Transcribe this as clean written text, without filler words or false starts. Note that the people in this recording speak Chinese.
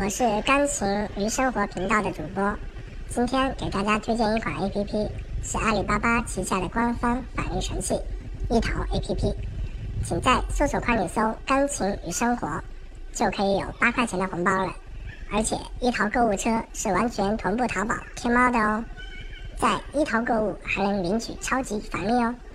是钢琴与生活频道的主播，今天给大家推荐一款 APP， 是阿里巴巴旗下的官方返利神器一淘 APP。请在搜索框里搜“钢琴与生活”，就可以有8块钱的红包了。而且一淘购物车是完全同步淘宝、天猫的哦，在一淘购物还能领取超级返利哦。